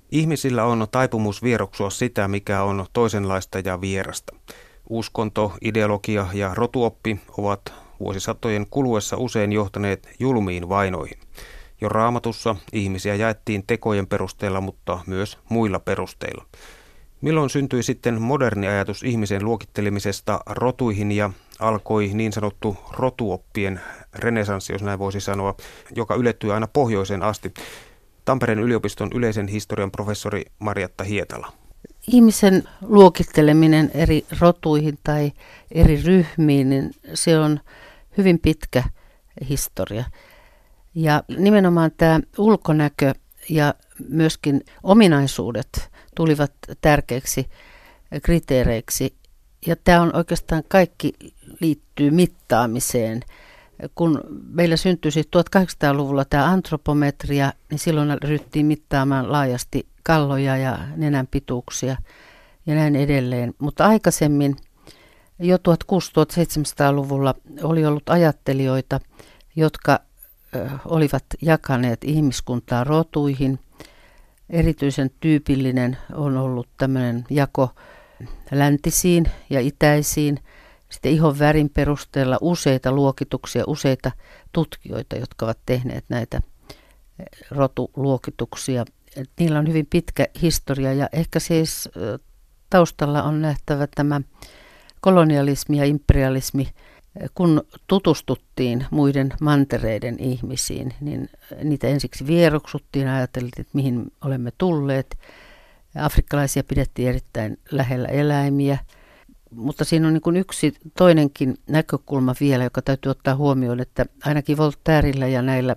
Ihmisillä on taipumus vieroksua sitä, mikä on toisenlaista ja vierasta. Uskonto, ideologia ja rotuoppi ovat vuosisatojen kuluessa usein johtaneet julmiin vainoihin. Jo Raamatussa ihmisiä jaettiin tekojen perusteella, mutta myös muilla perusteilla. Milloin syntyi sitten moderni ajatus ihmisen luokittelemisesta rotuihin ja alkoi niin sanottu rotuoppien renesanssi, jos näin voisi sanoa, joka ylettyi aina pohjoiseen asti? Tampereen yliopiston yleisen historian professori Marjatta Hietala. Ihmisen luokitteleminen eri rotuihin tai eri ryhmiin, niin se on hyvin pitkä historia. Ja nimenomaan tämä ulkonäkö ja myöskin ominaisuudet tulivat tärkeiksi kriteereiksi. Ja tämä on oikeastaan kaikki liittyy mittaamiseen. Kun meillä syntyi 1800-luvulla tämä antropometria, niin silloin ryhdyttiin mittaamaan laajasti kalloja ja nenän pituuksia ja näin edelleen. Mutta aikaisemmin, jo 1600-1700-luvulla, oli ollut ajattelijoita, jotka olivat jakaneet ihmiskuntaa rotuihin. Erityisen tyypillinen on ollut tämmöinen jako läntisiin ja itäisiin. Sitten ihon värin perusteella useita luokituksia, useita tutkijoita, jotka ovat tehneet näitä rotuluokituksia. Niillä on hyvin pitkä historia ja ehkä siis taustalla on nähtävä tämä kolonialismi ja imperialismi. Kun tutustuttiin muiden mantereiden ihmisiin, niin niitä ensiksi vieroksuttiin ja ajateltiin, että mihin olemme tulleet. Afrikkalaisia pidettiin erittäin lähellä eläimiä. Mutta siinä on niin kuin yksi toinenkin näkökulma vielä, joka täytyy ottaa huomioon, että ainakin Voltairella ja näillä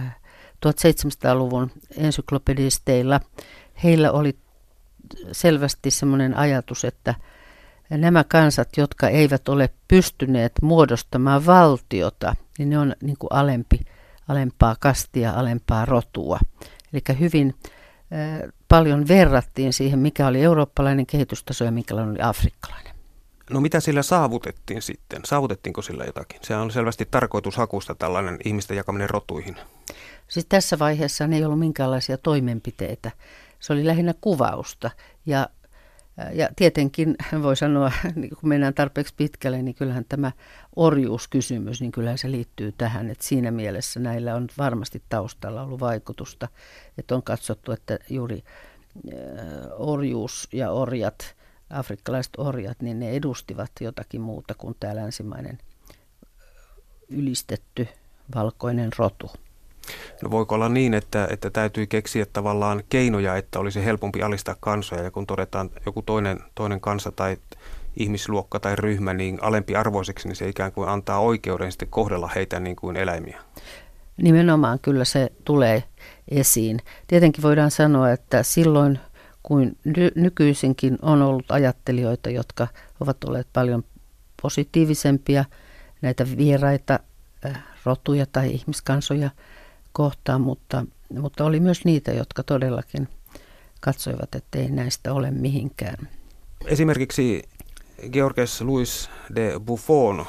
1700-luvun ensyklopedisteilla, heillä oli selvästi semmoinen ajatus, että nämä kansat, jotka eivät ole pystyneet muodostamaan valtiota, niin ne on niin kuin alempaa kastia, alempaa rotua. Eli hyvin paljon verrattiin siihen, mikä oli eurooppalainen kehitystaso ja minkälainen oli afrikkalainen. No mitä sillä saavutettiin sitten? Saavutettiinko sillä jotakin? Se on selvästi tarkoitushakuista tällainen ihmisten jakaminen rotuihin. Siis tässä vaiheessa ei ollut minkäänlaisia toimenpiteitä. Se oli lähinnä kuvausta ja tietenkin voi sanoa, kun mennään tarpeeksi pitkälle, niin kyllähän tämä orjuuskysymys, niin kyllähän se liittyy tähän. Että siinä mielessä näillä on varmasti taustalla ollut vaikutusta. Että on katsottu, että juuri orjuus ja orjat, afrikkalaiset orjat, niin ne edustivat jotakin muuta kuin tämä länsimainen ylistetty valkoinen rotu. No voiko olla niin, että täytyy keksiä tavallaan keinoja, että olisi helpompi alistaa kansoja, ja kun todetaan joku toinen kansa tai ihmisluokka tai ryhmä niin alempiarvoiseksi, niin se ikään kuin antaa oikeuden sitten kohdella heitä niin kuin eläimiä? Nimenomaan kyllä se tulee esiin. Tietenkin voidaan sanoa, että silloin kuin nykyisinkin on ollut ajattelijoita, jotka ovat olleet paljon positiivisempia näitä vieraita rotuja tai ihmiskansoja kohtaan, mutta oli myös niitä, jotka todellakin katsoivat, että ei näistä ole mihinkään. Esimerkiksi Georges Louis de Buffon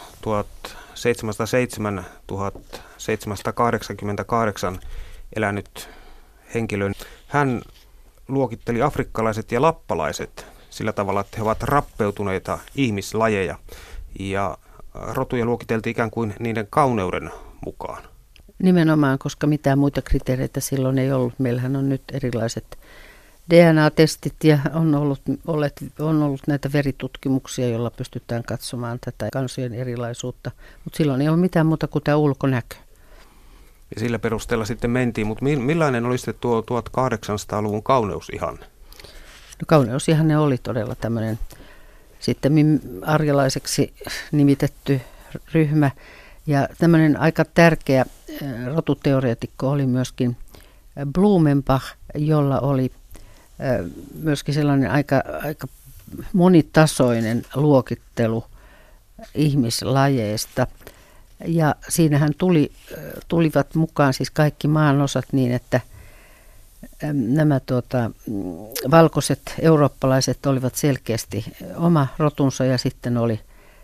1707-1788 elänyt henkilö. Hän luokitteli afrikkalaiset ja lappalaiset sillä tavalla, että he ovat rappeutuneita ihmislajeja ja rotuja luokiteltiin ikään kuin niiden kauneuden mukaan. Nimenomaan, koska mitään muita kriteereitä silloin ei ollut. Meillähän on nyt erilaiset DNA-testit ja on ollut näitä veritutkimuksia, joilla pystytään katsomaan tätä kansojen erilaisuutta. Mutta silloin ei ole mitään muuta kuin tämä ulkonäkö. Ja sillä perusteella sitten mentiin, mutta millainen oli sitten tuo 1800-luvun kauneusihanne? No kauneusihanne oli todella tämmöinen sitten arjalaiseksi nimitetty ryhmä. Ja tämmöinen aika tärkeä rotuteoreetikko oli myöskin Blumenbach, jolla oli myöskin sellainen aika monitasoinen luokittelu ihmislajeista. Ja siinähän tulivat mukaan siis kaikki maanosat niin, että nämä valkoiset eurooppalaiset olivat selkeästi oma rotunsa ja sitten oli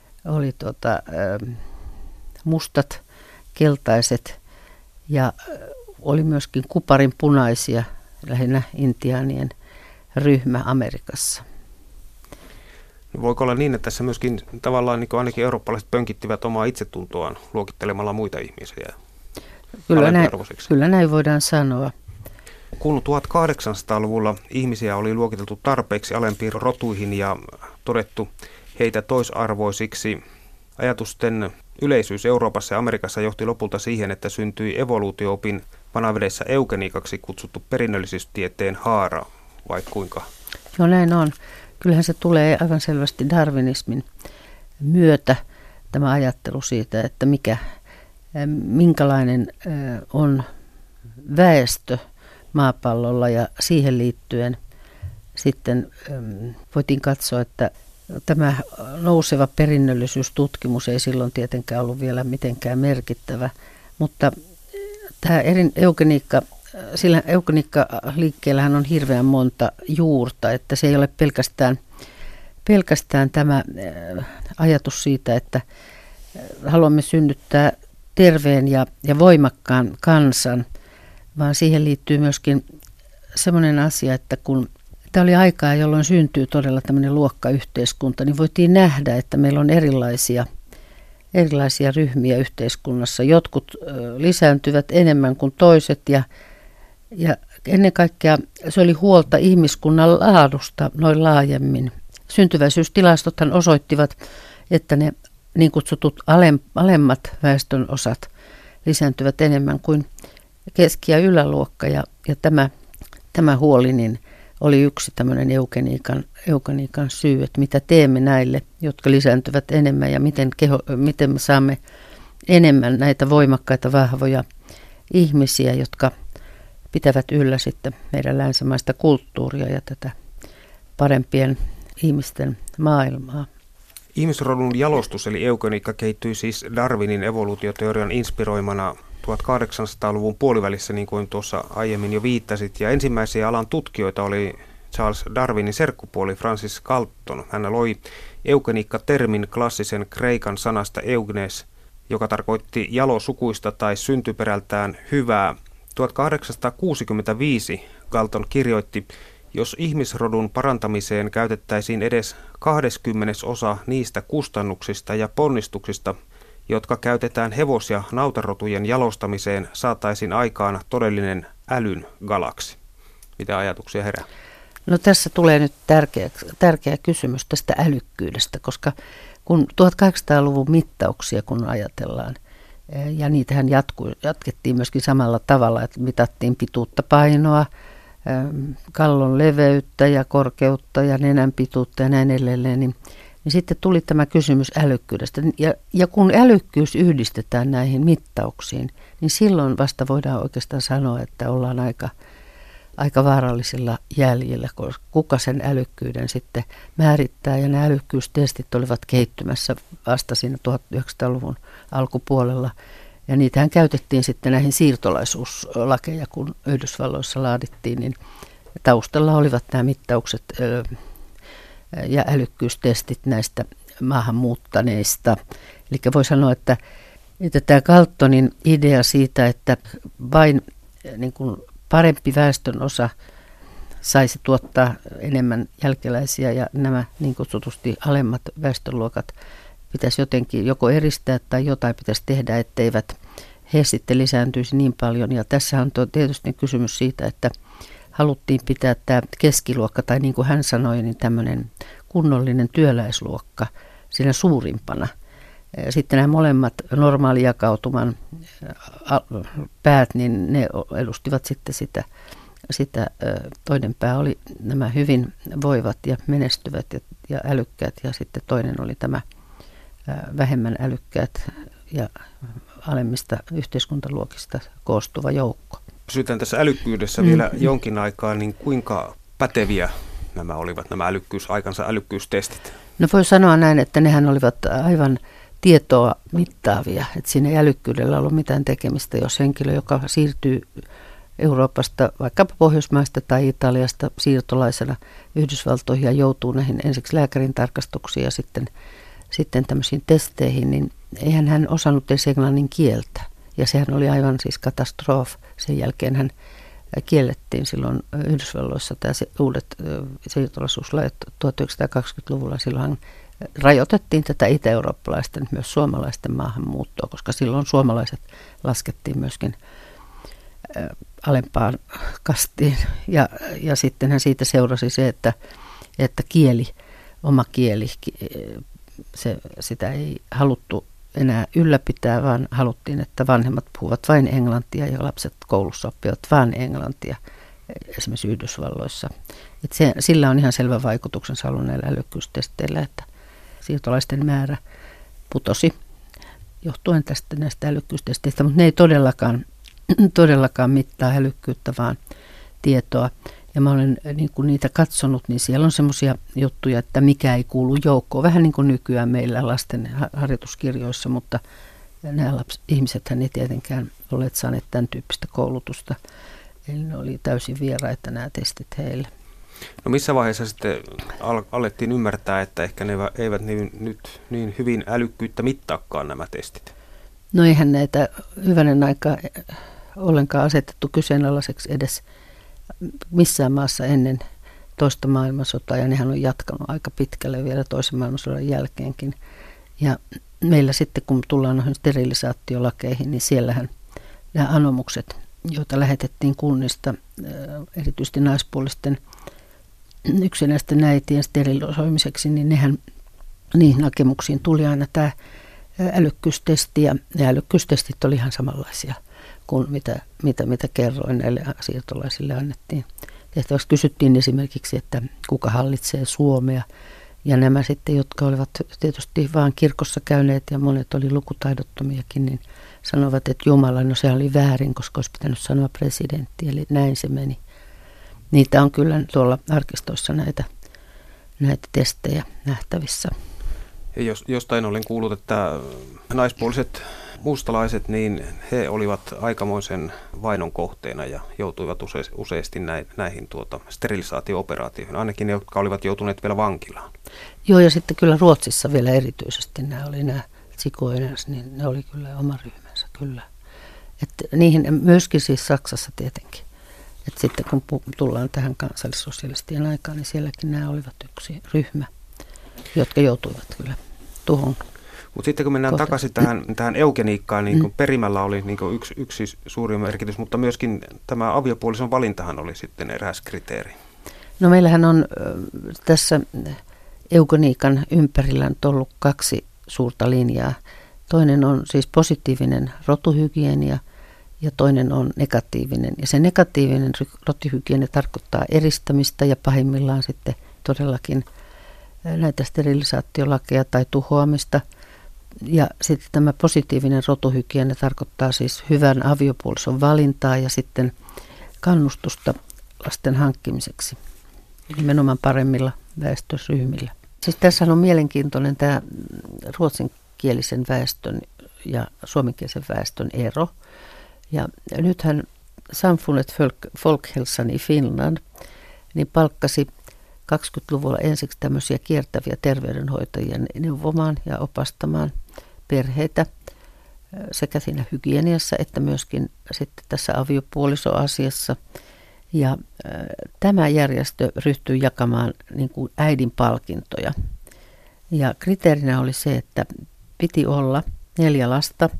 mustat, keltaiset ja oli myöskin kuparin punaisia, lähinnä intiaanien ryhmä Amerikassa. Voiko olla niin, että tässä myöskin tavallaan niin ainakin eurooppalaiset pönkittivät omaa itsetuntoaan luokittelemalla muita ihmisiä? Kyllä näin voidaan sanoa. Kun 1800-luvulla ihmisiä oli luokiteltu tarpeeksi alempiin rotuihin ja todettu heitä toisarvoisiksi, ajatusten yleisyys Euroopassa ja Amerikassa johti lopulta siihen, että syntyi evoluutio-opin vanavedessä eugeniikaksi kutsuttu perinnöllisyystieteen haara, vai kuinka? Joo, näin on. Kyllähän se tulee aivan selvästi darwinismin myötä, tämä ajattelu siitä, että minkälainen on väestö maapallolla, ja siihen liittyen sitten voitiin katsoa, että tämä nouseva perinnöllisyystutkimus ei silloin tietenkään ollut vielä mitenkään merkittävä, mutta tämä sillä eugeniikka-liikkeellähän on hirveän monta juurta, että se ei ole pelkästään tämä ajatus siitä, että haluamme synnyttää terveen ja voimakkaan kansan, vaan siihen liittyy myöskin semmoinen asia, että kun tämä oli aikaa, jolloin syntyy todella tämmöinen luokkayhteiskunta, niin voitiin nähdä, että meillä on erilaisia ryhmiä yhteiskunnassa. Jotkut lisääntyvät enemmän kuin toiset ja ennen kaikkea se oli huolta ihmiskunnan laadusta noin laajemmin. Syntyväisyystilastothan osoittivat, että ne niin kutsutut alemmat väestön osat lisääntyvät enemmän kuin keski- ja yläluokka, ja tämä huoli niin oli yksi tämmöinen eugeniikan syy, että mitä teemme näille, jotka lisääntyvät enemmän, ja miten me saamme enemmän näitä voimakkaita, vahvoja ihmisiä, jotka pitävät yllä sitten meidän länsimaista kulttuuria ja tätä parempien ihmisten maailmaa. Ihmisrodun jalostus eli eugeniikka kehittyi siis Darwinin evoluutioteorian inspiroimana 1800-luvun puolivälissä, niin kuin tuossa aiemmin jo viittasit, ja ensimmäisiä alan tutkijoita oli Charles Darwinin serkkupuoli Francis Galton. Hän loi eugeniikka-termin klassisen kreikan sanasta eugenes, joka tarkoitti jalosukuista tai syntyperältään hyvää. 1865 Galton kirjoitti, jos ihmisrodun parantamiseen käytettäisiin edes 20% niistä kustannuksista ja ponnistuksista, jotka käytetään hevos- ja nautarotujen jalostamiseen, saataisiin aikaan todellinen älyn galaksi. Mitä ajatuksia herää? No tässä tulee nyt tärkeä kysymys tästä älykkyydestä, koska kun 1800-luvun mittauksia kun ajatellaan, ja niitähän jatkettiin myöskin samalla tavalla, että mitattiin pituutta, painoa, kallon leveyttä ja korkeutta ja nenän pituutta ja näin edelleen, niin sitten tuli tämä kysymys älykkyydestä. Ja kun älykkyys yhdistetään näihin mittauksiin, niin silloin vasta voidaan oikeastaan sanoa, että ollaan aika vaarallisilla jäljillä, koska kuka sen älykkyyden sitten määrittää. Ja nämä älykkyystestit olivat kehittymässä vasta siinä 1900-luvun alkupuolella. Ja niitähän käytettiin sitten näihin siirtolaisuuslakeja, kun Yhdysvalloissa laadittiin, niin taustalla olivat nämä mittaukset ja älykkyystestit näistä maahanmuuttaneista. Eli voi sanoa, että tämä Galtonin idea siitä, että vain niin kuin parempi väestönosa saisi tuottaa enemmän jälkeläisiä ja nämä niin kutsutusti alemmat väestöluokat pitäisi jotenkin joko eristää tai jotain pitäisi tehdä, etteivät he sitten lisääntyisi niin paljon. Ja tässä on tietysti kysymys siitä, että haluttiin pitää tämä keskiluokka, tai niin kuin hän sanoi, niin tämmöinen kunnollinen työläisluokka siinä suurimpana. Sitten nämä molemmat normaalijakautuman päät, niin ne edustivat sitten sitä toinen pää oli nämä hyvin voivat ja menestyvät ja älykkäät, ja sitten toinen oli tämä vähemmän älykkäät ja alemmista yhteiskuntaluokista koostuva joukko. Pysytään tässä älykkyydessä vielä jonkin aikaa, niin kuinka päteviä nämä olivat, nämä aikansa älykkyystestit? No voi sanoa näin, että nehän olivat aivan tietoa mittaavia, että siinä ei älykkyydellä ollut mitään tekemistä, jos henkilö, joka siirtyy Euroopasta, vaikkapa Pohjoismaista tai Italiasta siirtolaisena Yhdysvaltoihin ja joutuu näihin ensiksi lääkärin tarkastuksiin ja sitten tämmöisiin testeihin, niin eihän hän osannut edes englannin kieltä. Ja sehän oli aivan siis katastrofi. Sen jälkeen hän kiellettiin silloin Yhdysvalloissa tämä uudet siirtolaisuuslait 1920-luvulla. Silloin rajoitettiin tätä itä-eurooppalaisten, myös suomalaisten maahanmuuttoa, koska silloin suomalaiset laskettiin myöskin alempaan kastiin. Ja sittenhän siitä seurasi se, että oma kieli, sitä ei haluttu enää ylläpitää, vaan haluttiin, että vanhemmat puhuvat vain englantia ja lapset koulussa oppivat vain englantia, esimerkiksi Yhdysvalloissa. Sillä on ihan selvä vaikutuksensa ollut näillä älykkyystesteillä, että siirtolaisten määrä putosi johtuen näistä älykkyystesteistä, mutta ne ei todellakaan mittaa älykkyyttä, vaan tietoa. Ja mä olen niitä katsonut, niin siellä on semmoisia juttuja, että mikä ei kuulu joukkoon. Vähän niin kuin nykyään meillä lasten harjoituskirjoissa, mutta nämä ihmisethän ei tietenkään olleet saaneet tämän tyyppistä koulutusta. Eli ne oli täysin vieraita nämä testit heille. No missä vaiheessa sitten alettiin ymmärtää, että ehkä ne eivät nyt niin hyvin älykkyyttä mittaakaan nämä testit? No eihän näitä hyvänen aikaa ollenkaan asetettu kyseenalaiseksi edes missään maassa ennen toista maailmansotaa, ja nehän on jatkanut aika pitkälle vielä toisen maailmansodan jälkeenkin. Ja meillä sitten, kun tullaan noihin sterilisaatiolakeihin, niin siellähän nämä anomukset, joita lähetettiin kunnista, erityisesti naispuolisten yksinäisten äitien sterilisoimiseksi, niin niihin hakemuksiin tuli aina tämä älykkyystesti, ja älykkyystestit oli ihan samanlaisia kuin mitä kerroin näille siirtolaisille annettiin. Tehtäväksi kysyttiin esimerkiksi, että kuka hallitsee Suomea, ja nämä sitten, jotka olivat tietysti vaan kirkossa käyneet ja monet oli lukutaidottomiakin, niin sanovat, että Jumala, no se oli väärin, koska olisi pitänyt sanoa presidentti, eli näin se meni. Niitä on kyllä tuolla arkistoissa näitä testejä nähtävissä. Ja jostain olen kuullut, että naispuoliset mustalaiset, niin he olivat aikamoisen vainon kohteena ja joutuivat useasti näihin sterilisaatio-operaatioihin, ainakin ne, jotka olivat joutuneet vielä vankilaan. Joo, ja sitten kyllä Ruotsissa vielä erityisesti nämä Zigeunerс, niin ne oli kyllä oma ryhmänsä kyllä. Että niihin myöskin siis Saksassa tietenkin. Että sitten kun tullaan tähän kansallissosialistien aikaan, niin sielläkin nämä olivat yksi ryhmä, jotka joutuivat kyllä tuohon. Mutta sitten kun mennään takaisin tähän eugeniikkaan, niin perimällä oli niin yksi suuri merkitys, mutta myöskin tämä aviopuolison valintahan oli sitten eräs kriteeri. No meillähän on tässä eugeniikan ympärillä on ollut kaksi suurta linjaa. Toinen on siis positiivinen rotuhygienia ja toinen on negatiivinen. Ja se negatiivinen rotuhygienia tarkoittaa eristämistä ja pahimmillaan sitten todellakin näitä sterilisaatiolakeja tai tuhoamista. Ja sitten tämä positiivinen rotuhygienia tarkoittaa siis hyvän aviopuolison valintaa ja sitten kannustusta lasten hankkimiseksi nimenomaan paremmilla väestöryhmillä. Siis tässä on mielenkiintoinen tämä ruotsinkielisen väestön ja suomenkielisen väestön ero. Ja nythän Samfundet Folkhälsan i Finland niin palkkasi 20-luvulla ensiksi tämmöisiä kiertäviä terveydenhoitajia neuvomaan ja opastamaan perheitä sekä siinä hygieniassa että myöskin sitten tässä aviopuolisoasiassa. Ja tämä järjestö ryhtyi jakamaan niin kuin äidin palkintoja. Ja kriteerinä oli se, että piti olla 4 lasta,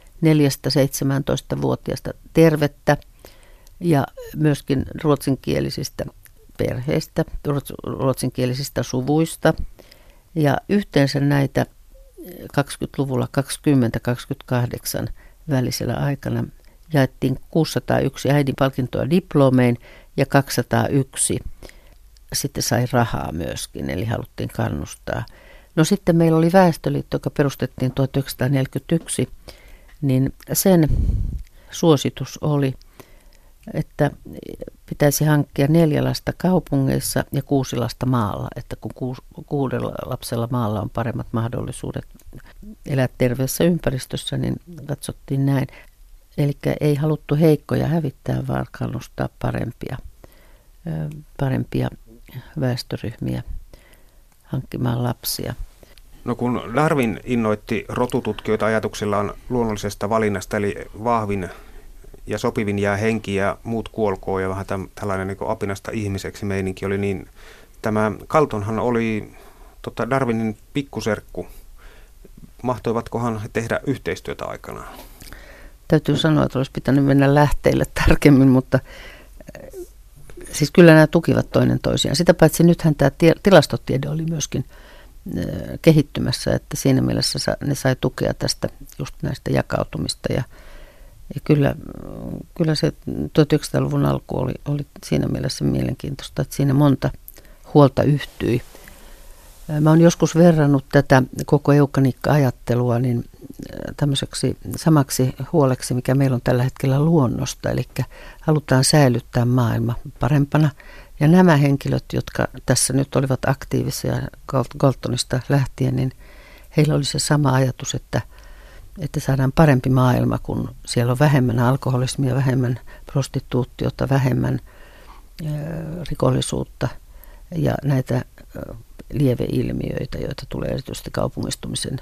4-17-vuotiaasta tervettä ja myöskin ruotsinkielisistä perheistä, ruotsinkielisistä suvuista. Ja yhteensä näitä 20-luvulla 20-28 välisellä aikana jaettiin 601 äidin palkintoa diplomein ja 201 sitten sai rahaa myöskin, eli haluttiin kannustaa. No sitten meillä oli Väestöliitto, joka perustettiin 1941, niin sen suositus oli, että pitäisi hankkia 4 lasta kaupungeissa ja 6 lasta maalla, että kun 6 lapsella maalla on paremmat mahdollisuudet elää terveessä ympäristössä, niin katsottiin näin. Eli ei haluttu heikkoja hävittää, vaan kannustaa parempia väestöryhmiä hankkimaan lapsia. No kun Darwin innoitti rotututkijoita ajatuksillaan luonnollisesta valinnasta, eli vahvin ja sopivin jää henki ja muut kuolkoo ja vähän tällainen niin kuin apinasta ihmiseksi meininki oli, niin tämä Galtonhan oli Darwinin pikkuserkku. Mahtoivatkohan he tehdä yhteistyötä aikanaan? Täytyy sanoa, että olisi pitänyt mennä lähteille tarkemmin, mutta siis kyllä nämä tukivat toinen toisiaan. Sitä paitsi nythän tämä tilastotiede oli myöskin kehittymässä, että siinä mielessä ne sai tukea tästä just näistä jakautumista. Ja kyllä se 1900-luvun alku oli siinä mielessä mielenkiintoista, että siinä monta huolta yhtyi. Mä oon joskus verrannut tätä koko eukaniikka-ajattelua niin tämmöiseksi samaksi huoleksi, mikä meillä on tällä hetkellä luonnosta. Eli halutaan säilyttää maailma parempana. Ja nämä henkilöt, jotka tässä nyt olivat aktiivisia Galtonista lähtien, niin heillä oli se sama ajatus, että saadaan parempi maailma, kun siellä on vähemmän alkoholismia, vähemmän prostituutiota, vähemmän rikollisuutta ja näitä lieveilmiöitä, joita tulee erityisesti kaupungistumisen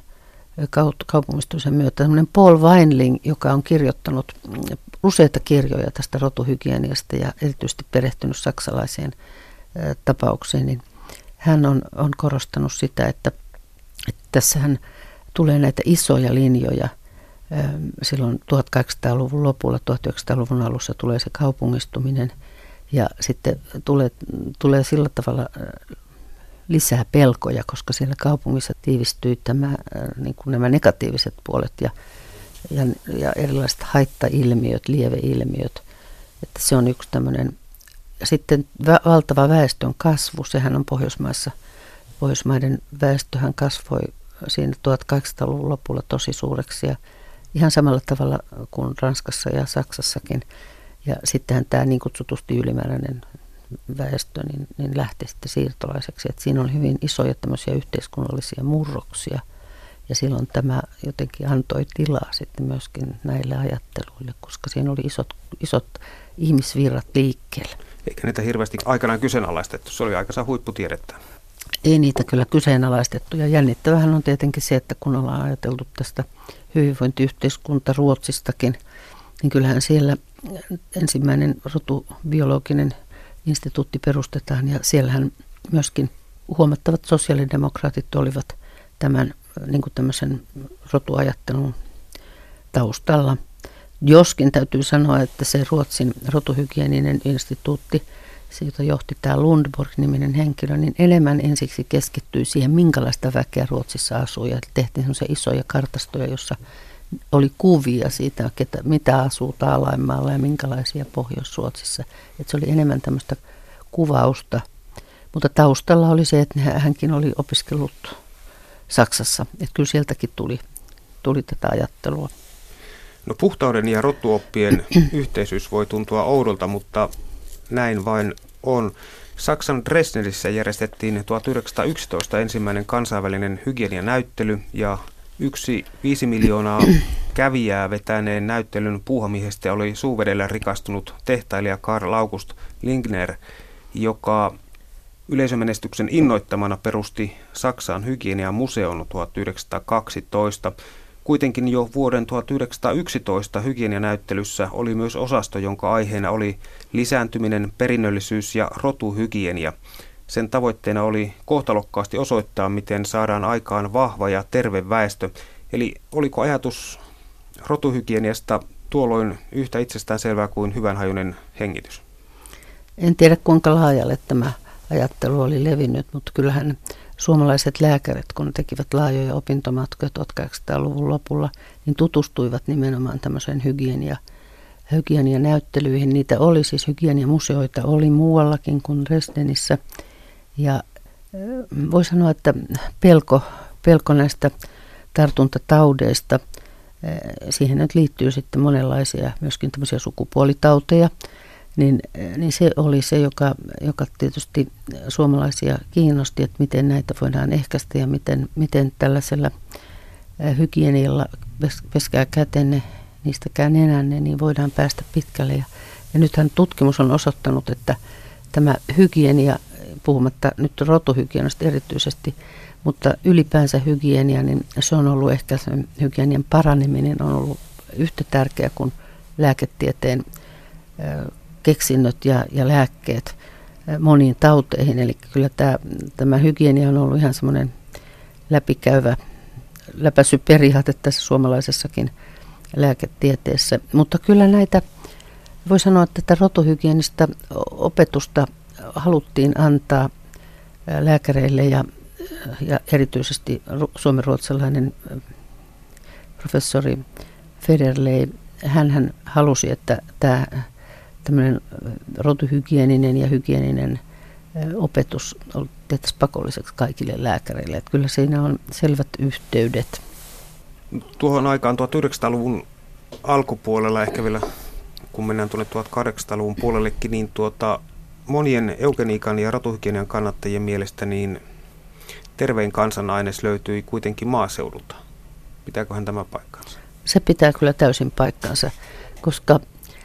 myötä. Tällainen Paul Weinling, joka on kirjoittanut useita kirjoja tästä rotuhygieniasta ja erityisesti perehtynyt saksalaiseen tapaukseen, niin hän on korostanut sitä, että tässähän tulee näitä isoja linjoja. Silloin 1800-luvun lopulla, 1900-luvun alussa tulee se kaupungistuminen ja sitten tulee sillä tavalla lisää pelkoja, koska siellä kaupungissa tiivistyy niin kuin nämä negatiiviset puolet ja erilaiset haittailmiöt, lieveilmiöt. Että se on yksi tämmöinen. Ja sitten valtava väestön kasvu, sehän on Pohjoismaiden väestöhän kasvoi siinä 1800-luvun lopulla tosi suureksi ja ihan samalla tavalla kuin Ranskassa ja Saksassakin. Ja sittenhän tämä niin kutsutusti ylimääräinen väestö niin lähti sitten siirtolaiseksi. Et siinä on hyvin isoja tämmöisiä yhteiskunnallisia murroksia ja silloin tämä jotenkin antoi tilaa sitten myöskin näille ajatteluille, koska siinä oli isot ihmisvirrat liikkeelle. Eikä niitä hirveästi aikanaan kyseenalaistettu, se oli aikansa huipputiedettä. Ei niitä kyllä kyseenalaistettu ja jännittävähän on tietenkin se, että kun ollaan ajateltu tästä hyvinvointiyhteiskunta Ruotsistakin, niin kyllähän siellä ensimmäinen rotubiologinen instituutti perustetaan ja siellähän myöskin huomattavat sosiaalidemokraatit olivat tämän niin kuin tämmöisen rotuajattelun taustalla. Joskin täytyy sanoa, että se Ruotsin rotuhygieninen instituutti, se jota johti tämä Lundborg-niminen henkilö, niin enemmän ensiksi keskittyi siihen, minkälaista väkeä Ruotsissa asuu ja tehtiin semmoisia isoja kartastoja, jossa oli kuvia siitä, mitä asuu Taalainmaalla ja minkälaisia Pohjois-Ruotsissa. Että se oli enemmän tämmöistä kuvausta, mutta taustalla oli se, että hänkin oli opiskellut Saksassa. Että kyllä sieltäkin tuli tätä ajattelua. No puhtauden ja rotuoppien yhteisyys voi tuntua oudolta, mutta näin vain on. Saksan Dresdenissä järjestettiin 1911 ensimmäinen kansainvälinen hygienianäyttely ja 5 miljoonaa kävijää vetäneen näyttelyn puuhamiehestä oli suuvedellä rikastunut tehtailija Karl August Lingner, joka yleisömenestyksen innoittamana perusti Saksaan hygieniamuseon 1912. Kuitenkin jo vuoden 1911 hygienianäyttelyssä oli myös osasto, jonka aiheena oli lisääntyminen, perinnöllisyys ja rotuhygienia. Sen tavoitteena oli kohtalokkaasti osoittaa, miten saadaan aikaan vahva ja terve väestö. Eli oliko ajatus rotuhygieniasta tuolloin yhtä itsestäänselvää kuin hyvänhajuinen hengitys? En tiedä kuinka laajalle tämä ajattelu oli levinnyt, mutta kyllähän suomalaiset lääkärit, kun ne tekivät laajoja opintomatkoja 1800-luvun lopulla, niin tutustuivat nimenomaan tämmöiseen hygienianäyttelyihin. Niitä oli siis hygieniamuseoita, oli muuallakin kuin Dresdenissä. Ja voi sanoa, että pelko näistä tartuntataudeista, siihen nyt liittyy sitten monenlaisia myöskin tämmöisiä sukupuolitauteja, niin se oli se, joka tietysti suomalaisia kiinnosti, että miten näitä voidaan ehkäistä ja miten tällaisella hygienialla peskää kätenne, niistäkään nenänne, niin voidaan päästä pitkälle. Ja nythän tutkimus on osoittanut, että tämä hygienia, puhumatta nyt rotuhygienasta erityisesti, mutta ylipäänsä hygienia, niin se on ollut ehkä sen hygienian paraneminen on ollut yhtä tärkeä kuin lääketieteen keksinnöt ja lääkkeet moniin tauteihin. Eli kyllä tämä hygienia on ollut ihan semmoinen läpäisyperiaate tässä suomalaisessakin lääketieteessä. Mutta kyllä voi sanoa, että tätä rotuhygienistä opetusta haluttiin antaa lääkäreille ja erityisesti suomenruotsalainen professori Federley, hän halusi, että tämä tämmöinen rotuhygieninen ja hygieninen opetus tehtäisiin pakolliseksi kaikille lääkäreille. Että kyllä siinä on selvät yhteydet. Tuohon aikaan 1900-luvun alkupuolella, ehkä vielä kun mennään tuonne 1800-luvun puolellekin, niin monien eugeniikan ja rotuhygienian kannattajien mielestä niin tervein kansanaines löytyi kuitenkin maaseudulta. Pitääköhän tämä paikkansa? Se pitää kyllä täysin paikkansa, koska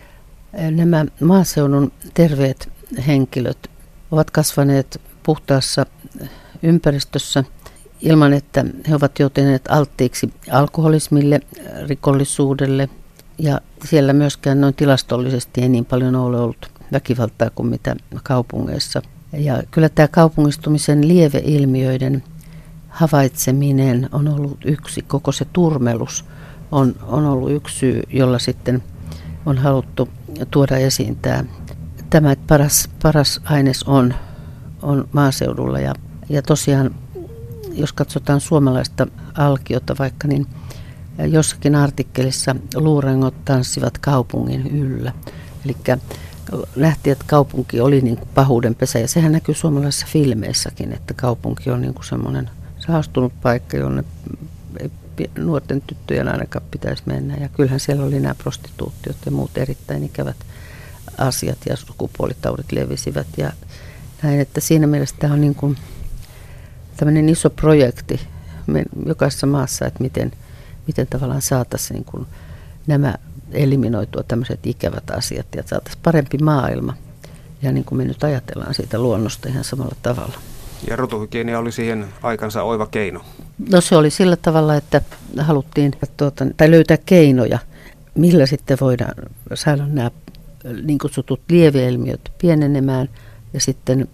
nämä maaseudun terveet henkilöt ovat kasvaneet puhtaassa ympäristössä ilman, että he ovat joutuneet alttiiksi alkoholismille, rikollisuudelle ja siellä myöskään noin tilastollisesti ei niin paljon ole ollut väkivaltaa kuin mitä kaupungeissa. Ja kyllä tämä kaupungistumisen lieveilmiöiden havaitseminen on ollut yksi, koko se turmelus on ollut yksi syy, jolla sitten on haluttu tuoda esiin tämä että paras aines on maaseudulla. Ja tosiaan, jos katsotaan suomalaista alkiota vaikka, niin jossakin artikkelissa luurangot tanssivat kaupungin yllä. Eli nähtiin, että kaupunki oli niin kuin pahuuden pesä, ja sehän näkyy suomalaisissa filmeissäkin, että kaupunki on niin kuin semmoinen saastunut paikka, jonne ei nuorten tyttöjen ainakaan pitäisi mennä. Ja kyllähän siellä oli nämä prostituutiot ja muut erittäin ikävät asiat, ja sukupuolitaudit levisivät. Ja näin, että siinä mielessä tämä on niin kuin tämmöinen iso projekti jokaisessa maassa, että miten tavallaan saataisiin niin kuin nämä eliminoitua tämmöiset ikävät asiat ja saataisiin parempi maailma. Ja niin kuin me nyt ajatellaan siitä luonnosta ihan samalla tavalla. Ja rotuhygienia oli siihen aikansa oiva keino. No se oli sillä tavalla, että haluttiin löytää keinoja, millä sitten voidaan saada nämä niin kutsutut lieveilmiöt pienenemään ja sitten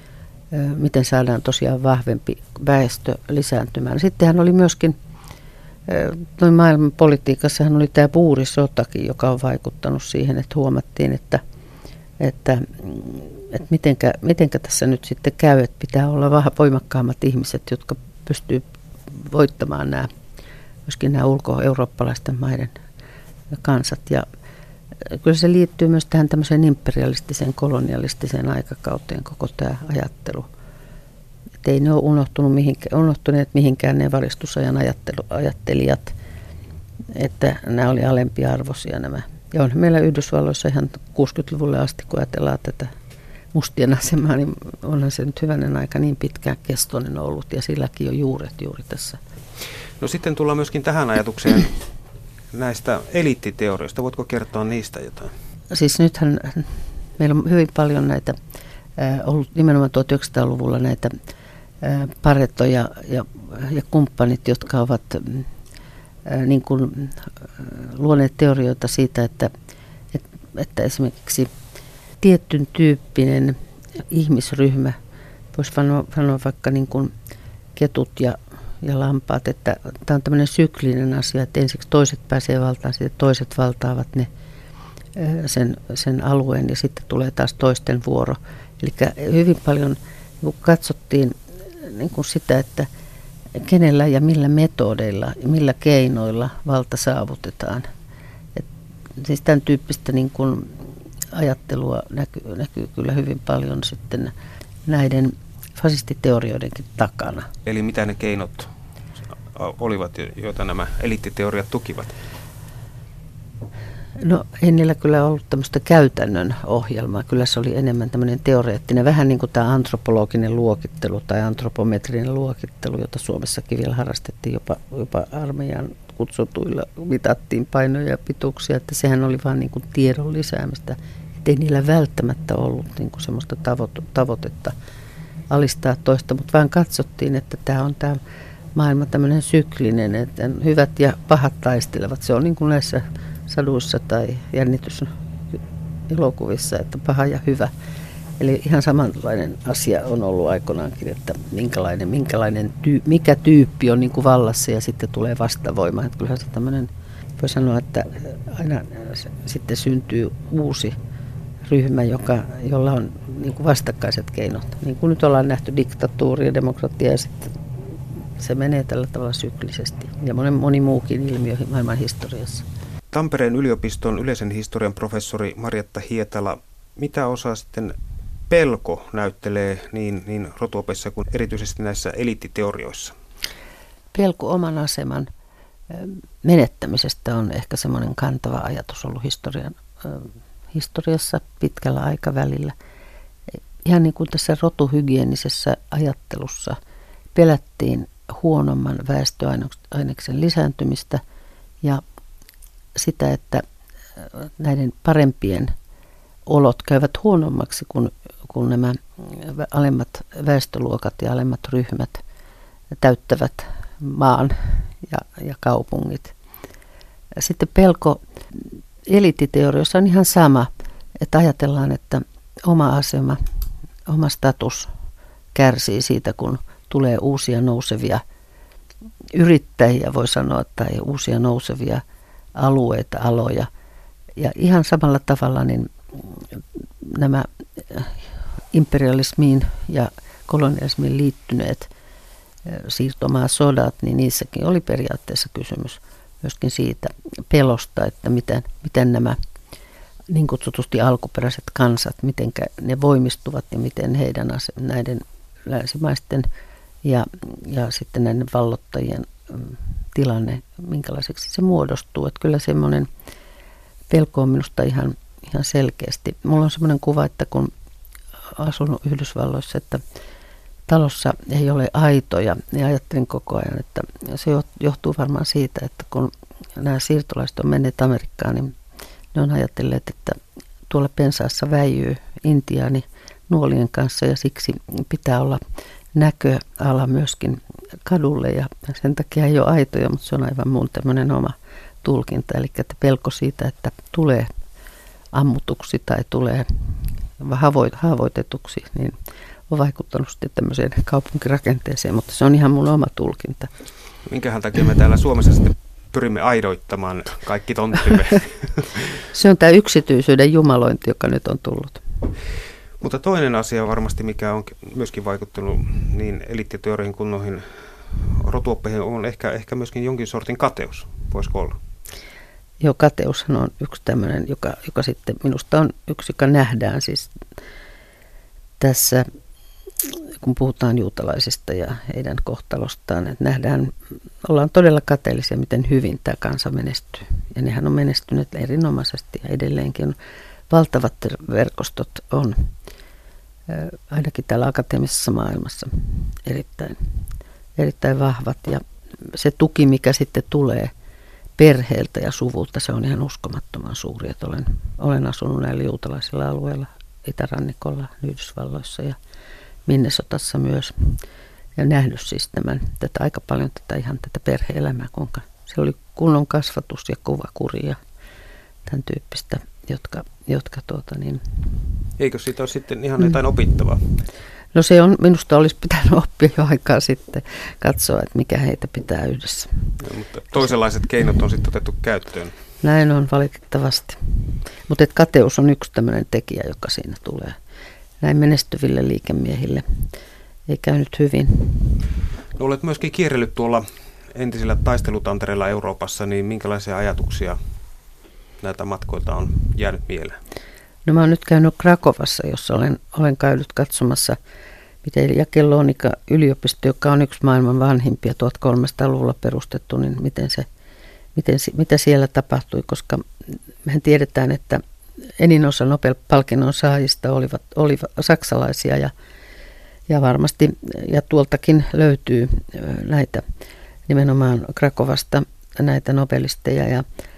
miten saadaan tosiaan vahvempi väestö lisääntymään. Sittenhän oli myöskin noin maailman politiikassahan oli tämä buurisotakin, joka on vaikuttanut siihen, että huomattiin, että mitenkä tässä nyt sitten käy, että pitää olla vähän voimakkaammat ihmiset, jotka pystyy voittamaan myöskin nämä ulko-eurooppalaisten maiden kansat. Ja kyllä se liittyy myös tähän tämmöiseen imperialistiseen, kolonialistiseen aikakauteen koko tämä ajattelu. Että ei ne ole unohtuneet mihinkään ne valistusajan ajattelijat, että nämä oli alempiarvoisia nämä. Ja on meillä Yhdysvalloissa ihan 60-luvulle asti, kun ajatellaan tätä mustien asemaa, niin onhan se nyt hyvänen aika niin pitkään kestoinen ollut, ja silläkin on juuret juuri tässä. No sitten tullaan myöskin tähän ajatukseen näistä eliittiteorioista. Voitko kertoa niistä jotain? Siis nythän meillä on hyvin paljon näitä, ollut nimenomaan 1900-luvulla näitä Pareto ja kumppanit, jotka ovat niin kuin luoneet teorioita siitä, että esimerkiksi tietyn tyyppinen ihmisryhmä, voisi sanoa vaikka niin kuin ketut ja lampaat, että tämä on tämmöinen syklinen asia, että ensiksi toiset pääsee valtaan, sitten toiset valtaavat sen alueen ja sitten tulee taas toisten vuoro. Eli hyvin paljon katsottiin niin kuin sitä, että kenellä ja millä metodeilla ja millä keinoilla valta saavutetaan. Siis tämän tyyppistä niin kuin ajattelua näkyy kyllä hyvin paljon sitten näiden fasistiteorioidenkin takana. Eli mitä ne keinot olivat, joita nämä eliittiteoriat tukivat? No ei niillä kyllä ollut tämmöistä käytännön ohjelmaa. Kyllä se oli enemmän tämmöinen teoreettinen, vähän niin kuin tämä antropologinen luokittelu tai antropometrinen luokittelu, jota Suomessakin vielä harrastettiin jopa armeijan kutsutuilla, mitattiin painoja ja pituuksia, että sehän oli vaan niin kuin tiedon lisäämistä. Et ei niillä välttämättä ollut niin kuin semmoista tavoitetta alistaa toista, mutta vaan katsottiin, että tämä on tämä maailma tämmöinen syklinen, että hyvät ja pahat taistelevat. Se on niin kuin näissä saduissa tai jännityselokuvissa, että paha ja hyvä. Eli ihan samanlainen asia on ollut aikoinaankin, että mikä tyyppi on niin kuin vallassa ja sitten tulee vastavoima. Että kyllähän se tämmöinen, voi sanoa, että aina sitten syntyy uusi ryhmä, jolla on niin kuin vastakkaiset keinot. Niin kuin nyt ollaan nähty diktatuuri ja demokratia ja sitten se menee tällä tavalla syklisesti ja moni muukin ilmiö maailman historiassa. Tampereen yliopiston yleisen historian professori Marjatta Hietala, mitä osaa sitten pelko näyttelee niin rotuopissa kuin erityisesti näissä eliittiteorioissa? Pelko oman aseman menettämisestä on ehkä semmoinen kantava ajatus ollut historiassa pitkällä aikavälillä. Ihan niin kuin tässä rotuhygienisessä ajattelussa pelättiin huonomman väestöaineksen lisääntymistä ja sitä, että näiden parempien olot käyvät huonommaksi, kun nämä alemmat väestöluokat ja alemmat ryhmät täyttävät maan ja kaupungit. Sitten pelko eliittiteorioissa on ihan sama, että ajatellaan, että oma asema, oma status kärsii siitä, kun tulee uusia nousevia yrittäjiä, voi sanoa, tai uusia nousevia alueita, aloja. Ja ihan samalla tavalla niin nämä imperialismiin ja kolonialismiin liittyneet siirtomaasodat, niin niissäkin oli periaatteessa kysymys myöskin siitä pelosta, että miten nämä niin kutsutusti alkuperäiset kansat, miten ne voimistuvat ja miten näiden länsimaisten ja sitten näiden vallottajien tilanne, minkälaiseksi se muodostuu. Että kyllä semmoinen pelko on minusta ihan selkeästi. Mulla on semmoinen kuva, että kun asunut Yhdysvalloissa, että talossa ei ole aitoja, niin ajattelin koko ajan, että se johtuu varmaan siitä, että kun nämä siirtolaiset on menneet Amerikkaan, niin ne on ajatelleet, että tuolla pensaassa väijyy intiaani nuolien kanssa ja siksi pitää olla näköala myöskin kadulle ja sen takia ei ole aitoja, mutta se on aivan mun tämmöinen oma tulkinta. Eli että pelko siitä, että tulee ammutuksi tai tulee haavoitetuksi, niin on vaikuttanut sitten tämmöiseen kaupunkirakenteeseen, mutta se on ihan mun oma tulkinta. Minkähän takia me täällä Suomessa sitten pyrimme aidoittamaan kaikki tonttimme? Se on tämä yksityisyyden jumalointi, joka nyt on tullut. Mutta toinen asia varmasti, mikä on myöskin vaikuttanut niin eliittiteorioihin kuin noihin rotuoppeihin, on ehkä myöskin jonkin sortin kateus. Voisiko olla? Joo, kateushan on yksi tämmöinen, joka sitten minusta on yksi, joka nähdään siis tässä, kun puhutaan juutalaisista ja heidän kohtalostaan, että ollaan todella kateellisia, miten hyvin tämä kansa menestyy. Ja nehän on menestyneet erinomaisesti ja edelleenkin valtavat verkostot on ainakin täällä akateemisessa maailmassa erittäin vahvat. Ja se tuki, mikä sitten tulee perheeltä ja suvulta, se on ihan uskomattoman suuri. Että olen asunut näillä juutalaisilla alueilla itärannikolla Yhdysvalloissa ja Minnesotassa myös. Ja nähnyt siis aika paljon tätä perhe-elämää, kuinka se oli kunnon kasvatus ja kuvakuri ja tämän tyyppistä, jotka Eikö siitä ole sitten ihan jotain opittavaa? No minusta olisi pitänyt oppia jo aikaa sitten katsoa, että mikä heitä pitää yhdessä. Ja, mutta toisenlaiset keinot on sitten otettu käyttöön. Näin on valitettavasti. Mutta kateus on yksi tämmöinen tekijä, joka siinä tulee. Näin menestyville liikemiehille ei käynyt hyvin. No, olet myöskin kierrellyt tuolla entisillä taistelutantereilla Euroopassa, niin minkälaisia ajatuksia näiltä matkoilta on jäänyt mieleen? No mä oon nyt käynyt Krakovassa, jossa olen käynyt katsomassa, miten Jagellonika yliopisto, joka on yksi maailman vanhimpia, 1300-luvulla perustettu, niin mitä siellä tapahtui, koska mehän tiedetään, että eninosa Nobel-palkinnon saajista olivat saksalaisia ja varmasti, ja tuoltakin löytyy näitä nimenomaan Krakovasta näitä nobelisteja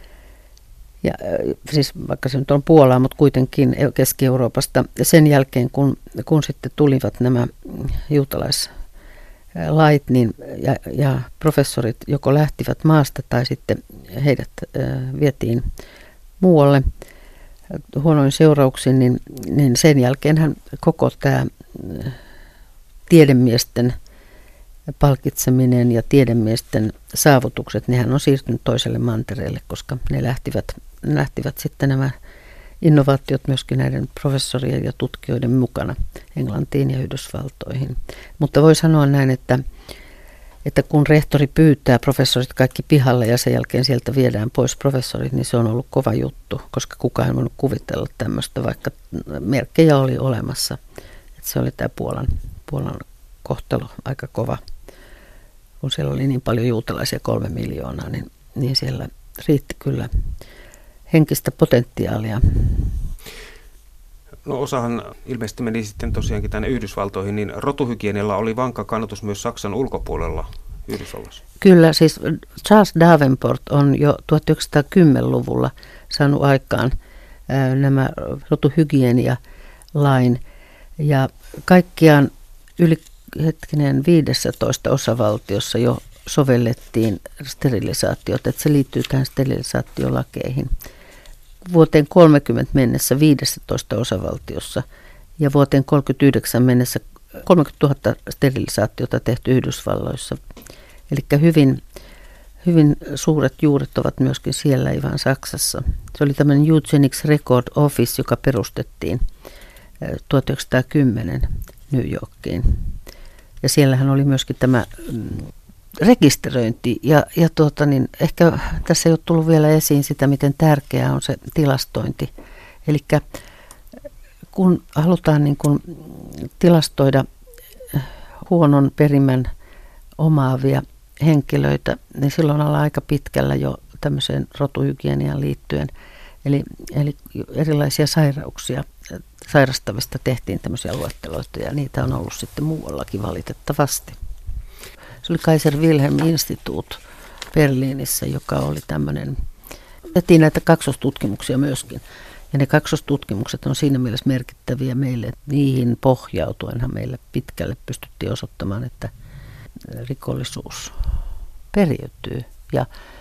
ja siis vaikka se nyt on Puolaa, mutta kuitenkin Keski-Euroopasta. Ja sen jälkeen, kun sitten tulivat nämä lait niin, ja professorit joko lähtivät maasta tai sitten heidät vietiin muualle huonoin seurauksin, niin sen jälkeenhän koko tämä tiedemiesten palkitseminen ja tiedemiesten saavutukset, nehän on siirtynyt toiselle mantereelle, koska ne lähtivät sitten nämä innovaatiot myöskin näiden professorien ja tutkijoiden mukana Englantiin ja Yhdysvaltoihin. Mutta voi sanoa näin, että kun rehtori pyytää professorit kaikki pihalle ja sen jälkeen sieltä viedään pois professorit, niin se on ollut kova juttu, koska kukaan ei voinut kuvitella tämmöistä, vaikka merkkejä oli olemassa. Että se oli tämä Puolan kohtalo aika kova. Kun siellä oli niin paljon juutalaisia, 3 miljoonaa, niin siellä riitti kyllä henkistä potentiaalia. No osahan ilmeisesti meni sitten tosiaankin tänne Yhdysvaltoihin, niin rotuhygienialla oli vankka kannatus myös Saksan ulkopuolella Yhdysvalloissa. Kyllä, siis Charles Davenport on jo 1910-luvulla saanut aikaan nämä rotuhygienialain ja kaikkiaan yli 15 osavaltiossa jo sovellettiin sterilisaatiota, että se liittyy tähän sterilisaatiolakeihin. Vuoteen 30 mennessä 15 osavaltiossa ja vuoteen 39 mennessä 30 000 sterilisaatiota tehty Yhdysvalloissa. Eli hyvin suuret juuret ovat myöskin siellä, ei vain Saksassa. Se oli tämmöinen Eugenics Record Office, joka perustettiin 1910 New Yorkiin. Ja siellähän oli myöskin tämä rekisteröinti ja ehkä tässä ei ole tullut vielä esiin sitä, miten tärkeää on se tilastointi. Eli kun halutaan niin kuin tilastoida huonon perimän omaavia henkilöitä, niin silloin ollaan aika pitkällä jo tämmöiseen rotuhygieniaan liittyen. Eli erilaisia sairauksia sairastavista tehtiin tämmöisiä luetteloita ja niitä on ollut sitten muuallakin valitettavasti. Se oli Kaiser Wilhelm Institut Berliinissä, joka oli tämmöinen, tehtiin näitä kaksostutkimuksia myöskin. Ja ne kaksostutkimukset on siinä mielessä merkittäviä meille, että niihin pohjautuenhan meille pitkälle pystyttiin osoittamaan, että rikollisuus periytyy. Ja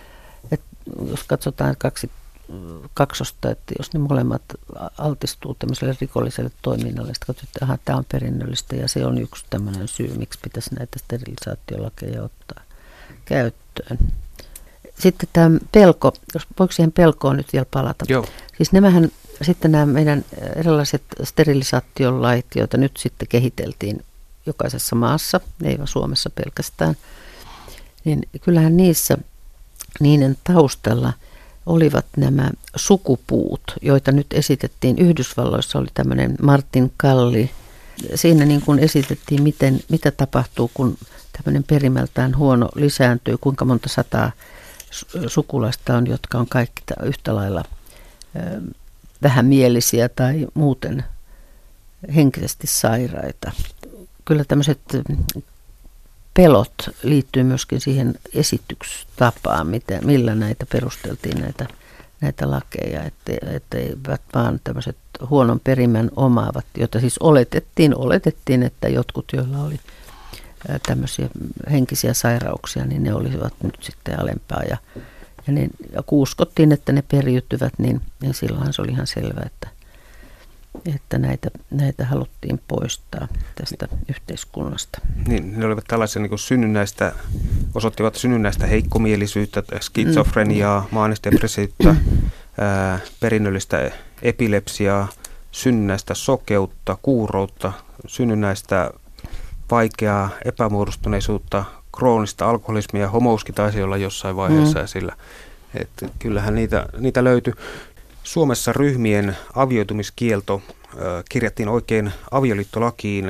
jos katsotaan kaksosta, että jos ne molemmat altistuu tämmöiselle rikolliselle toiminnalle, sitten katsotaan, että tämä on perinnöllistä ja se on yksi tämmöinen syy, miksi pitäisi näitä sterilisaatiolakeja ottaa käyttöön. Sitten tämä pelko, voiko siihen pelkoon nyt vielä palata? Joo. Siis nämä meidän erilaiset sterilisaatiolait, joita nyt sitten kehiteltiin jokaisessa maassa, ei vaan Suomessa pelkästään, niin kyllähän niiden taustalla olivat nämä sukupuut, joita nyt esitettiin. Yhdysvalloissa oli tämmöinen Martin Kalli. Siinä niin kuin esitettiin, mitä tapahtuu, kun tämmöinen perimältään huono lisääntyy, kuinka monta sataa sukulaista on, jotka on kaikki yhtä lailla vähämielisiä tai muuten henkisesti sairaita. Kyllä tämmöiset pelot liittyy myöskin siihen esitystapaan, millä näitä perusteltiin näitä lakeja, etteivät vaan tämmöiset huonon perimän omaavat, joita siis oletettiin, että jotkut, joilla oli tämmöisiä henkisiä sairauksia, niin ne olisivat nyt sitten alempaa ja kun uskottiin, että ne periytyvät, niin silloinhan se oli ihan selvä, että näitä haluttiin poistaa tästä yhteiskunnasta. Niin, ne olivat tällaisia niin osoittivat synnynnäistä heikkomielisyyttä, skitsofreniaa, maanisdepressiivyyttä, perinnöllistä epilepsiaa, synnynnäistä sokeutta, kuuroutta, synnynnäistä vaikeaa epämuodostuneisuutta, kroonista alkoholismia, homouski taisi olla jossain vaiheessa esillä. Että kyllähän niitä löytyi. Suomessa ryhmien avioitumiskielto kirjattiin oikein avioliittolakiin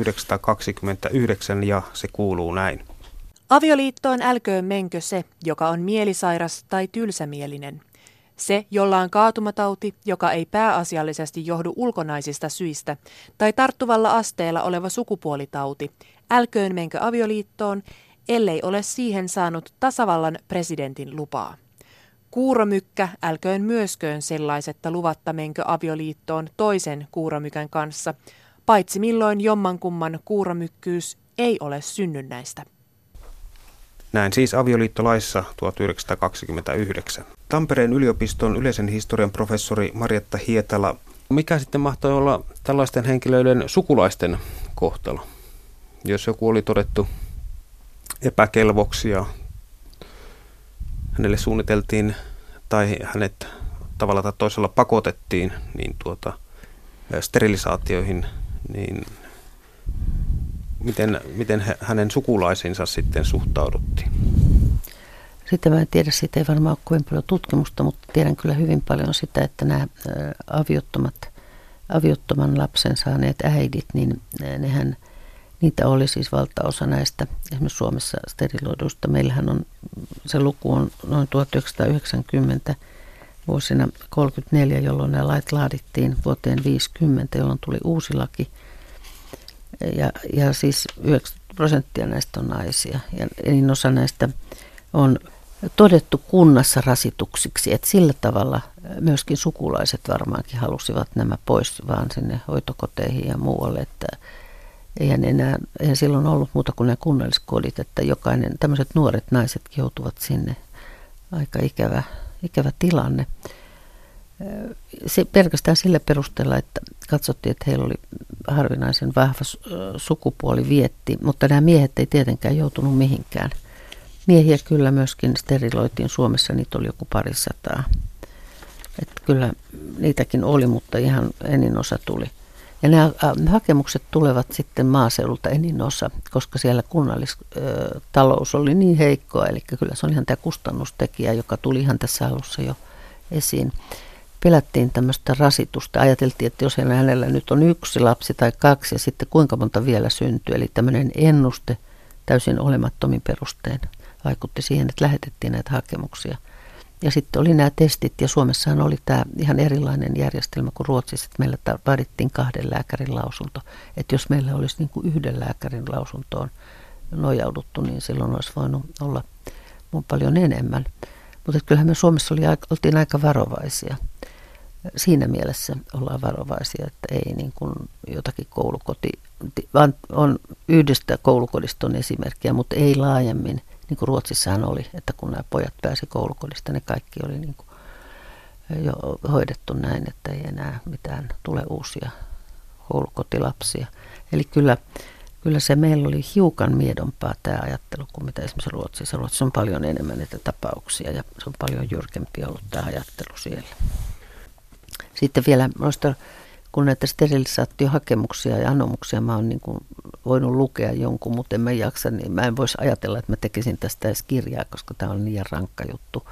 1929 ja se kuuluu näin. Avioliittoon älköön menkö se, joka on mielisairas tai tylsämielinen. Se, jolla on kaatumatauti, joka ei pääasiallisesti johdu ulkonaisista syistä, tai tarttuvalla asteella oleva sukupuolitauti, älköön menkö avioliittoon, ellei ole siihen saanut tasavallan presidentin lupaa. Kuuromykkä, älköön myösköön sellaisetta luvatta menkö avioliittoon toisen kuuromykän kanssa, paitsi milloin jommankumman kuuromykkyys ei ole synnynnäistä. Näin siis avioliittolaissa 1929. Tampereen yliopiston yleisen historian professori Marjatta Hietala. Mikä sitten mahtoi olla tällaisten henkilöiden sukulaisten kohtalo? Jos joku oli todettu epäkelvoksi ja hänelle suunniteltiin tai hänet tavalla tai toisella pakotettiin niin sterilisaatioihin, niin miten hänen sukulaisinsa sitten suhtauduttiin? Sitten mä en tiedä, siitä ei varmaan ole kovin paljon tutkimusta, mutta tiedän kyllä hyvin paljon sitä, että nämä aviottoman lapsen saaneet äidit, niin niitä oli siis valtaosa näistä esimerkiksi Suomessa steriloiduista. Meillähän on, se luku on noin 1990 vuosina 34, jolloin nämä lait laadittiin vuoteen 50, jolloin tuli uusi laki. Ja siis 90% näistä on naisia ja enin osa näistä on todettu kunnassa rasituksiksi, että sillä tavalla myöskin sukulaiset varmaankin halusivat nämä pois vaan sinne hoitokoteihin ja muualle, että eihän silloin ollut muuta kuin nämä kunnalliskodit, että jokainen, tämmöiset nuoret naisetkin joutuvat sinne, aika ikävä tilanne. Se pelkästään sillä perusteella, että katsottiin, että heillä oli harvinaisen vahva sukupuoli vietti, mutta nämä miehet ei tietenkään joutunut mihinkään. Miehiä kyllä myöskin steriloitiin Suomessa, niitä oli joku 200. Että kyllä niitäkin oli, mutta ihan enin osa tuli. Ja nämä hakemukset tulevat sitten maaseudulta enin osa, koska siellä kunnallistalous oli niin heikkoa, eli kyllä se on ihan tämä kustannustekijä, joka tuli ihan tässä alussa jo esiin. Pelättiin tämmöistä rasitusta. Ajateltiin, että jos hänellä nyt on 1 lapsi tai 2 ja sitten kuinka monta vielä syntyy. Eli tämmöinen ennuste täysin olemattomin perustein vaikutti siihen, että lähetettiin näitä hakemuksia. Ja sitten oli nämä testit ja Suomessahan oli tämä ihan erilainen järjestelmä kuin Ruotsissa, että meillä vaadittiin 2 lääkärin lausunto. Että jos meillä olisi niin kuin 1 lääkärin lausuntoon nojauduttu, niin silloin olisi voinut olla paljon enemmän. Mutta kyllähän me Suomessa oltiin aika varovaisia. Siinä mielessä ollaan varovaisia, että ei niin kuin jotakin vaan on yhdestä koulukodista on esimerkkiä, mutta ei laajemmin, niin kuin Ruotsissahan oli, että kun nämä pojat pääsi koulukodista, ne kaikki oli niin kuin jo hoidettu näin, että ei enää mitään tule uusia koulukotilapsia. Eli kyllä se meillä oli hiukan miedompaa tämä ajattelu kuin mitä esimerkiksi Ruotsissa. Ruotsissa on paljon enemmän näitä tapauksia ja se on paljon jyrkempi ollut tämä ajattelu siellä. Sitten vielä noista, kun näitä sterilisaatiohakemuksia ja anomuksia mä oon niin kuin voinut lukea jonkun, mutta en mä jaksa, niin mä en voisi ajatella, että mä tekisin tästä edes kirjaa, koska tämä on niin rankka juttu.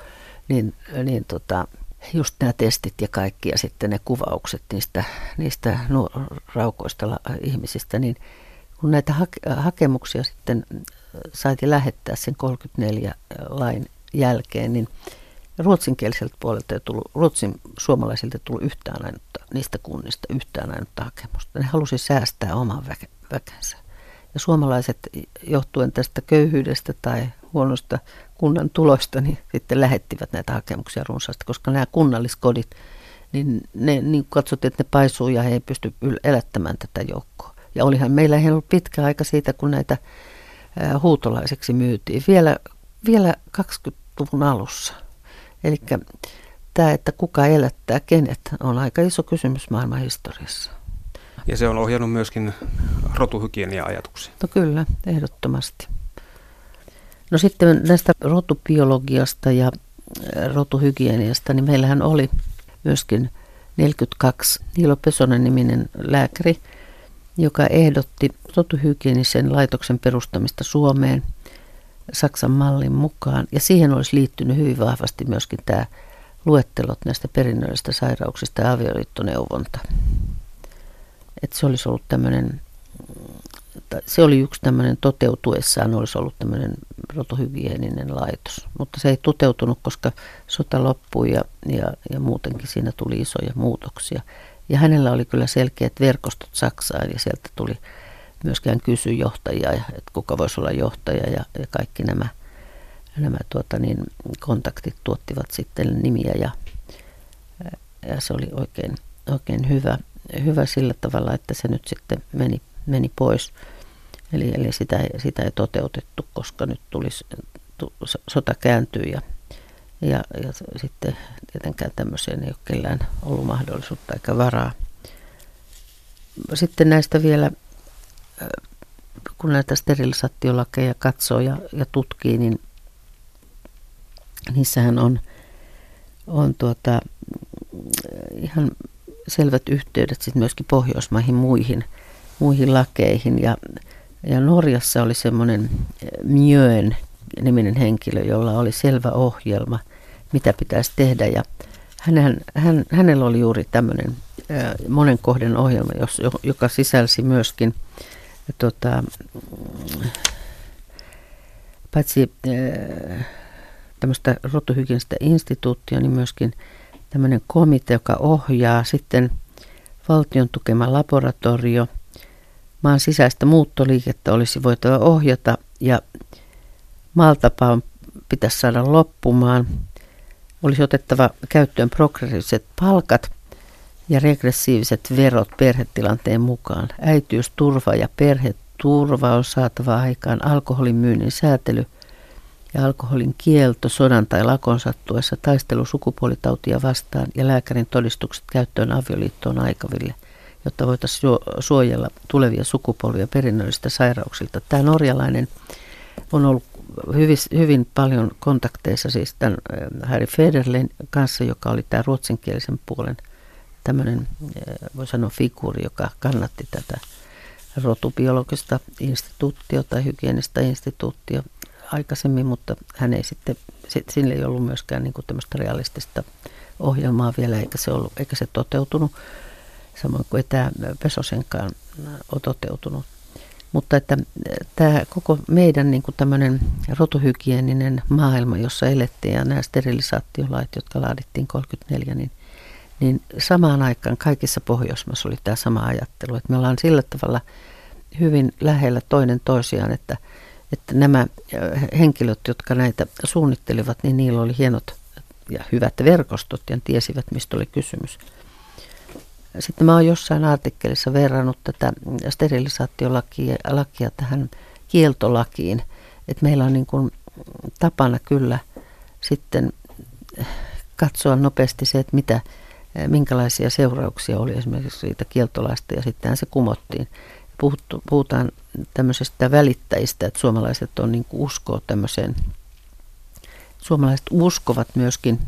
Just nämä testit ja kaikki ja sitten ne kuvaukset niistä raukoista ihmisistä, niin kun näitä hakemuksia sitten saatiin lähettää sen 34 lain jälkeen, niin ruotsinkieliseltä puolelta ei tullut, ruotsin suomalaisilta ei tullut yhtään ainutta niistä kunnista, yhtään ainutta hakemusta. Ne halusi säästää oman väkensä. Ja suomalaiset johtuen tästä köyhyydestä tai huonosta kunnan tuloista, niin sitten lähettivät näitä hakemuksia runsaasti, koska nämä kunnalliskodit, niin ne niin katsottiin, että ne paisuu ja he ei pysty elättämään tätä joukkoa. Ja olihan meillä ei ollut pitkä aika siitä, kun näitä huutolaiseksi myytiin. Vielä 20-luvun alussa. Eli tämä, että kuka elättää kenet, on aika iso kysymys maailman historiassa. Ja se on ohjannut myöskin rotuhygienia-ajatuksia. No kyllä, ehdottomasti. No sitten näistä rotubiologiasta ja rotuhygieniasta, niin meillähän oli myöskin 42 Niilo Pesonen-niminen lääkäri, joka ehdotti rotuhygienisen laitoksen perustamista Suomeen Saksan mallin mukaan. Ja siihen olisi liittynyt hyvin vahvasti myöskin tämä luettelot näistä perinnöllisistä sairauksista ja avioliittoneuvonta. Että se olisi ollut tämmöinen, se oli yksi tämmöinen toteutuessaan olisi ollut tämmöinen rotuhygieninen laitos. Mutta se ei toteutunut, koska sota loppui ja muutenkin siinä tuli isoja muutoksia. Ja hänellä oli kyllä selkeät verkostot Saksaan ja sieltä tuli myöskään kysyi johtajia, että kuka voisi olla johtaja ja kaikki nämä kontaktit tuottivat sitten nimiä ja se oli oikein hyvä sillä tavalla, että se nyt sitten meni pois. Eli sitä ei toteutettu, koska nyt sota kääntyi ja sitten tietenkään tämmöiseen ei ole kellään ollut mahdollisuutta eikä varaa. Sitten näistä vielä, kun näitä sterilisaatiolakeja katsoo ja tutkii, niin niissähän on ihan selvät yhteydet sitten myöskin Pohjoismaihin muihin lakeihin. Ja Norjassa oli semmoinen Mjön niminen henkilö, jolla oli selvä ohjelma, mitä pitäisi tehdä. Ja hänellä oli juuri tämmöinen monen kohden ohjelma, joka sisälsi myöskin paitsi tämmöistä rotuhygienistä instituuttia, niin myöskin tämmöinen komitea, joka ohjaa, sitten valtion tukema laboratorio, maan sisäistä muuttoliikettä olisi voitava ohjata ja maaltapaan pitäisi saada loppumaan, olisi otettava käyttöön progressiiviset palkat ja regressiiviset verot perhetilanteen mukaan. Äitiysturva ja perheturva on saatava aikaan, alkoholin myynnin säätely ja alkoholin kielto sodan tai lakon sattuessa, taistelu sukupuolitautia vastaan ja lääkärin todistukset käyttöön avioliittoon aikaville, jotta voitaisiin suojella tulevia sukupolvia perinnöllisistä sairauksilta. Tämä norjalainen on ollut hyvin paljon kontakteissa siis tämän Harry Federleyn kanssa, joka oli tämä ruotsinkielisen puolen tämmöinen, voi sanoa, figuuri, joka kannatti tätä rotubiologista instituuttia tai hygienistä instituuttia aikaisemmin, mutta hän ei sitten, sillä ei ollut myöskään niin kuin tämmöistä realistista ohjelmaa vielä, eikä se toteutunut, samoin kuin ei tämä Pesosenkaan ole toteutunut. Mutta että tämä koko meidän niin kuin tämmöinen rotuhygieninen maailma, jossa elettiin, ja nämä sterilisaatiolait, jotka laadittiin 1934, niin samaan aikaan kaikissa Pohjoismaissa oli tämä sama ajattelu, että me ollaan sillä tavalla hyvin lähellä toinen toisiaan, että nämä henkilöt, jotka näitä suunnittelivat, niin niillä oli hienot ja hyvät verkostot ja tiesivät, mistä oli kysymys. Sitten mä oon jossain artikkelissa verrannut tätä sterilisaatiolakia tähän kieltolakiin, että meillä on niin kuin tapana kyllä sitten katsoa nopeasti se, että minkälaisia seurauksia oli esimerkiksi siitä kieltolaista, ja sittenhän se kumottiin. Puhutaan tämmöisestä välittäjistä, että suomalaiset on niin kuin uskoo tämmöiseen. Suomalaiset uskovat myöskin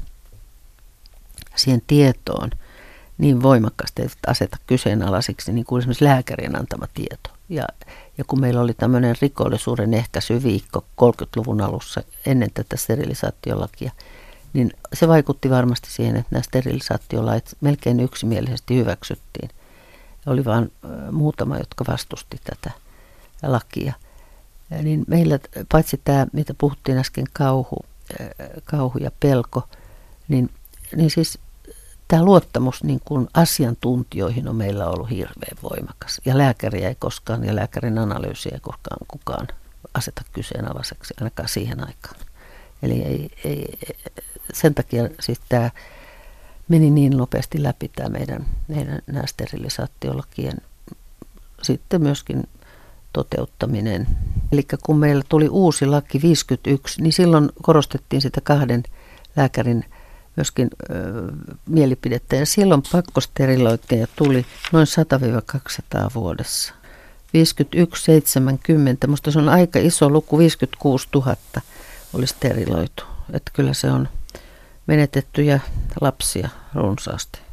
siihen tietoon niin voimakkaasti, että aseta kyseenalaisiksi niin kuin esimerkiksi lääkärien antama tieto. Ja kun meillä oli tämmöinen rikollisuuden ehkäisyviikko 30-luvun alussa ennen tätä sterilisaatiolakia, niin se vaikutti varmasti siihen, että nämä sterilisaatiolait melkein yksimielisesti hyväksyttiin. Oli vain muutama, jotka vastusti tätä lakia. Niin meillä paitsi tämä, mitä puhuttiin äsken, kauhu ja pelko, niin siis tämä luottamus niin kuin asiantuntijoihin on meillä ollut hirveän voimakas. Ja lääkäriä ei koskaan, ja lääkärin analyysiä ei koskaan kukaan aseta kyseenalaiseksi, ainakaan siihen aikaan. Eli ei, sen takia siis tämä meni niin nopeasti läpi tämä meidän nämä sterilisaatiolakien sitten myöskin toteuttaminen. Eli kun meillä tuli uusi laki 51, niin silloin korostettiin sitä kahden lääkärin myöskin mielipidettä. Ja silloin pakkosterilointeja tuli noin 100-200 vuodessa. 51-70, musta se on aika iso luku, 56 000 oli steriloitu. Että kyllä se on menetettyjä lapsia runsaasti.